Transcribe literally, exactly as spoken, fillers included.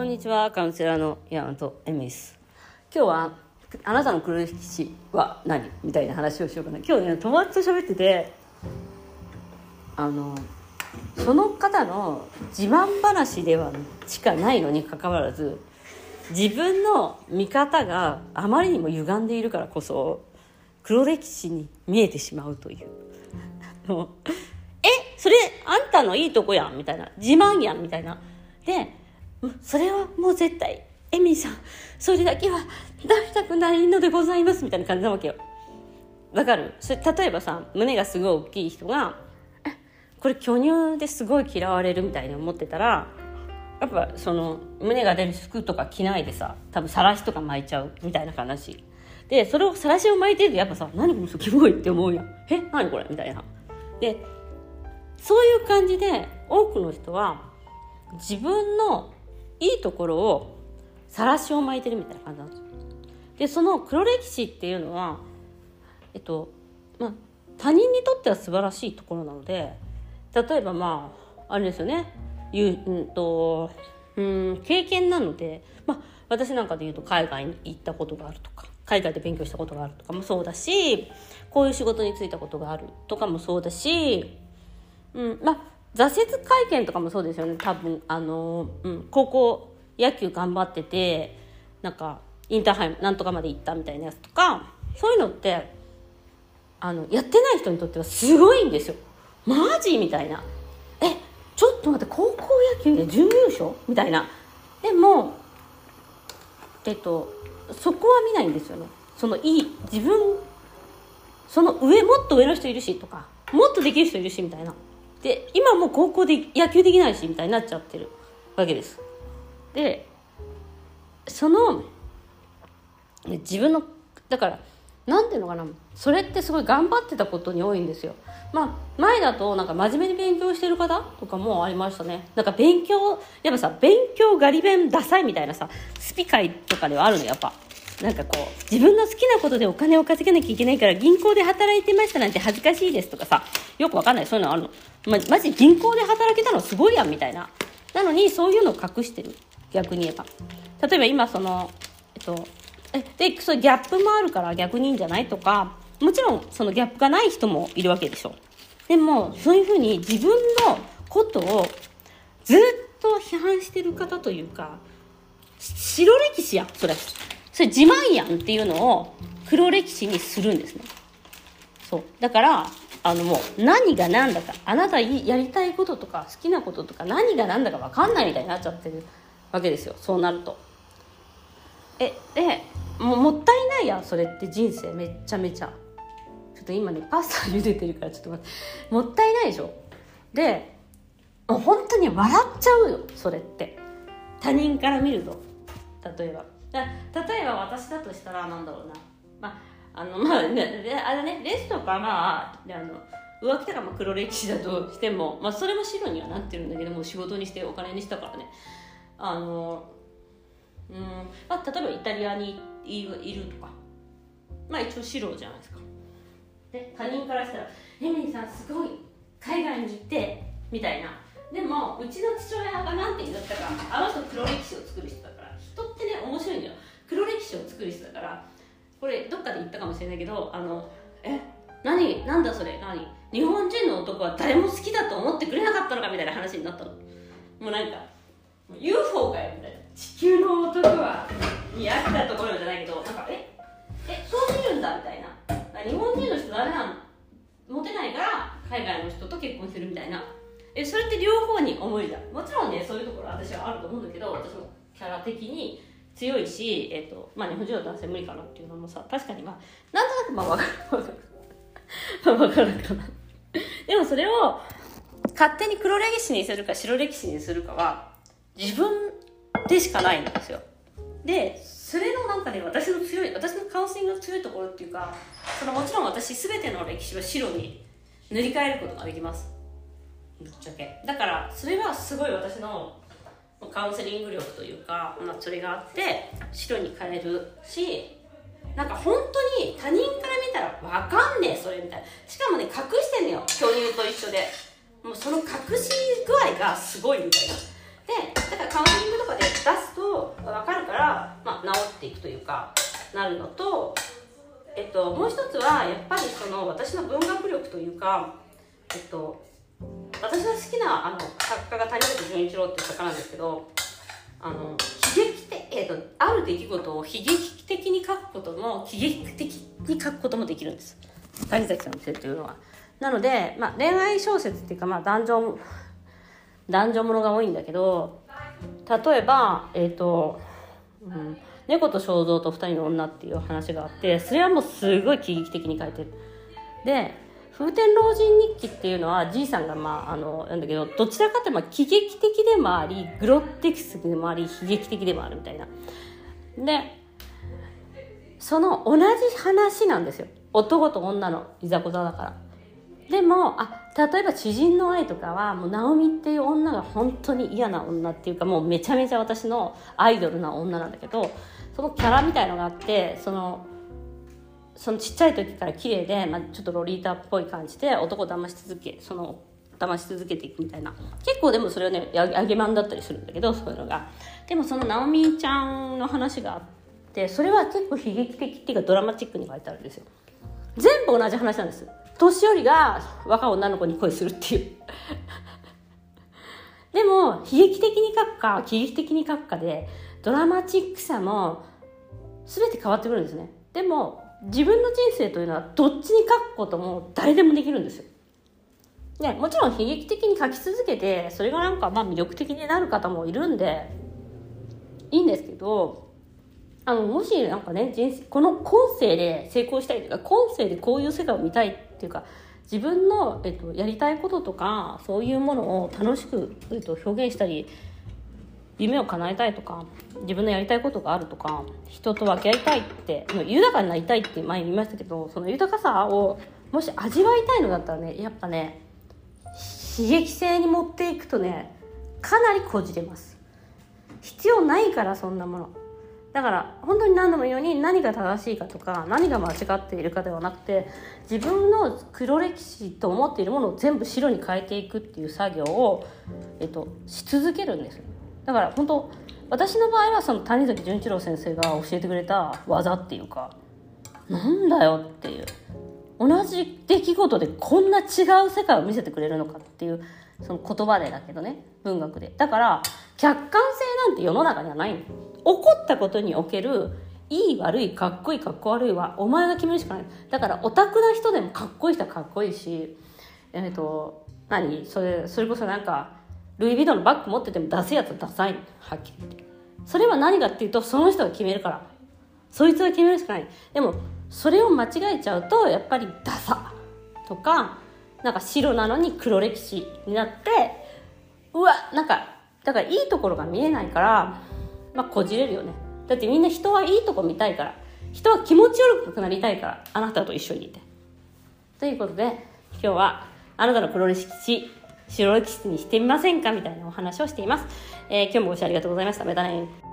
こんにちは、カウンセラーの山本恵美です。今日はあなたの黒歴史は何みたいな話をしようかな。今日ね、友達と喋ってて、あのその方の自慢話ではしかないのにかかわらず、自分の見方があまりにも歪んでいるからこそ黒歴史に見えてしまうというえそれあんたのいいとこやんみたいな、自慢やんみたいなで、それはもう絶対エミさんそれだけは出したくないのでございますみたいな感じなわけよ。わかる？それ例えばさ、胸がすごい大きい人がこれ巨乳ですごい嫌われるみたいに思ってたら、やっぱその胸が出る服とか着ないでさ、多分さらしとか巻いちゃうみたいな話で、それをさらしを巻いてるとやっぱさ、何この人キモいって思うやん。え何これみたいな。でそういう感じで多くの人は自分のいいところをさらしを巻いてるみたいな感じなんですよ。でその黒歴史っていうのは、えっとまあ、他人にとっては素晴らしいところなので、例えばまああれですよね、いう、うんとうん、経験なので、まあ、私なんかで言うと海外に行ったことがあるとか、海外で勉強したことがあるとかもそうだし、こういう仕事に就いたことがあるとかもそうだし、うんまあ、挫折体験とかもそうですよね。多分あの、うん、高校野球頑張っててなんかインターハイなんとかまで行ったみたいなやつとか、そういうのってあのやってない人にとってはすごいんですよ。マジみたいな、えちょっと待って、高校野球で準優勝みたいな。でもえっとそこは見ないんですよね。そのいい自分、その上もっと上の人いるしとか、もっとできる人いるしみたいな。で今もう高校で野球できないしみたいになっちゃってるわけです。でその自分のだからなんていうのかな、それってすごい頑張ってたことに多いんですよ。まあ前だとなんか真面目に勉強してる方とかもありましたね。なんか勉強やっぱさ、勉強ガリ勉ダサいみたいなさ、スピ会とかではあるのやっぱ。なんかこう自分の好きなことでお金を稼げなきゃいけないから銀行で働いてましたなんて恥ずかしいですとかさ、よくわかんないそういうのあるの。ま、マジ銀行で働けたのすごいやんみたいな。なのにそういうのを隠してる。逆に言えば例えば今そのえっとえでそういうギャップもあるから逆にいいんじゃないとか、もちろんそのギャップがない人もいるわけでしょ。でもそういうふうに自分のことをずっと批判してる方というか、白歴史やんそれそれ自慢やんっていうのを黒歴史にするんですね。そうだからあのもう何が何だか、あなたやりたいこととか好きなこととか何が何だか分かんないみたいになっちゃってるわけですよ。そうなるとえでもうもったいないやんそれって。人生めっちゃめちゃちょっと今ねパスタ茹でてるからちょっと待って、もったいないでしょ。でもう本当に笑っちゃうよそれって、他人から見ると。例えばだ例えば私だとしたらなんだろうな、まああのまあねあれねレスとかまああの浮気とかまあ黒歴史だとしても、まあそれも白にはなってるんだけども、仕事にしてお金にしたからね、あのうんまあ、例えばイタリアにいる、いるとか、まあ一応白じゃないですか。で他人からしたらエミリーさんすごい海外に行ってみたいな。でもうちの父親がなんて言ったか、あの人黒歴史を作る人だから、人ってね面白いんだよ。黒歴史を作る人だから、これどっかで言ったかもしれないけど、あのえ何なんだそれ何日本人の男は誰も好きだと思ってくれなかったのかみたいな話になったの。もうなんか ユーフォー かよみたいな、地球の男はに飽きたところじゃないけど、なんかええそう見るんだみたいな、日本人の人誰なのモテないから海外の人と結婚するみたいな、えそれって両方に思いだ。もちろんねそういうところ私はあると思うんだけど、私もキャラ的に強いし、えーとまあ、日本人の男性無理かなっていうのもさ、確かにまあなんとなくまあ分かる分かるかなでもそれを勝手に黒歴史にするか白歴史にするかは自分でしかないんですよ。でそれのなんかね、私の強い私のカウンセリングの強いところっていうか、そのもちろん私全ての歴史は白に塗り替えることができます、ぶっちゃけ。だからそれはすごい私のカウンセリング力というか、まあ、それがあって白に変えるし、なんか本当に他人から見たら分かんねえそれみたいな。しかもね隠してんのよ、巨乳と一緒で。もうその隠し具合がすごいみたいな。 だからカウンセリングとかで出すと分かるから、まあ、治っていくというかなるのと、えっと、もう一つはやっぱりその私の文学力というか、えっと、私の好きなあの作家が谷口潤一郎っていう作家なんですけど、あの悲劇的、えっと、ある出来事を悲劇的に書くことも喜劇的に書くこともできるんです、谷崎さんっていうのは。なので、まあ、恋愛小説っていうか、まあ、男女男女ものが多いんだけど、例えば、えっとうん、猫と肖像と二人の女っていう話があって、それはもうすごい喜劇的に書いてる。で、風天老人日記っていうのはじいさんがまああのなんだけど、どちらかというと喜劇的でもあり、グロテクスでもあり、悲劇的でもあるみたいな。で、その同じ話なんですよ。男と女のいざこざだから。でもあ例えば知人の愛とかはもうナオミっていう女が本当に嫌な女っていうか、もうめちゃめちゃ私のアイドルな女なんだけど、そのキャラみたいのがあって、そのそのちっちゃい時から綺麗で、まあ、ちょっとロリータっぽい感じで男を騙し続けその騙し続けていくみたいな、結構でもそれはねあげまんだったりするんだけど、そういうのが。でもそのナオミちゃんの話があって、それは結構悲劇的っていうかドラマチックに書いてあるんですよ。全部同じ話なんです。年寄りが若い女の子に恋するっていうでも悲劇的に書くか喜劇的に書くかでドラマチックさも全て変わってくるんですね。でも自分の人生というのはどっちに書くことも誰でもできるんですよ。ね、もちろん悲劇的に書き続けてそれがなんかまあ魅力的になる方もいるんでいいんですけど、あのもしなんかね人生この今世で成功したいというか、今世でこういう世界を見たいっていうか、自分の、えっと、やりたいこととかそういうものを楽しく、えっと、表現したり、夢を叶えたいとか自分のやりたいことがあるとか、人と分け合いたいって豊かになりたいって前に言いましたけど、その豊かさをもし味わいたいのだったらね、やっぱね悲劇性に持っていくとねかなりこじれます。必要ないから、そんなものだから本当に何度も言うように、何が正しいかとか何が間違っているかではなくて、自分の黒歴史と思っているものを全部白に変えていくっていう作業を、えっと、し続けるんですよ。だから本当私の場合はその谷崎潤一郎先生が教えてくれた技っていうか、なんだよっていう、同じ出来事でこんな違う世界を見せてくれるのかっていう、その言葉でだけどね、文学で。だから客観性なんて世の中にはないの。起こったことにおけるいい悪いかっこいいかっこ悪いはお前が決めるしかない。だからオタクな人でもかっこいい人はかっこいいし、えっと何それそれこそなんかルイ・ヴィトンのバッグ持ってても出すやつはダサい、はっきり言って。それは何かっていうと、その人が決めるから、そいつが決めるしかない。でもそれを間違えちゃうとやっぱりダサとか、なんか白なのに黒歴史になって、うわなんかだからいいところが見えないから、まあこじれるよね。だってみんな人はいいとこ見たいから、人は気持ちよくなりたいから、あなたと一緒にいて。ということで今日はあなたの黒歴史白歴史にしてみませんかみたいなお話をしています。えー、今日もご視聴ありがとうございました。またね。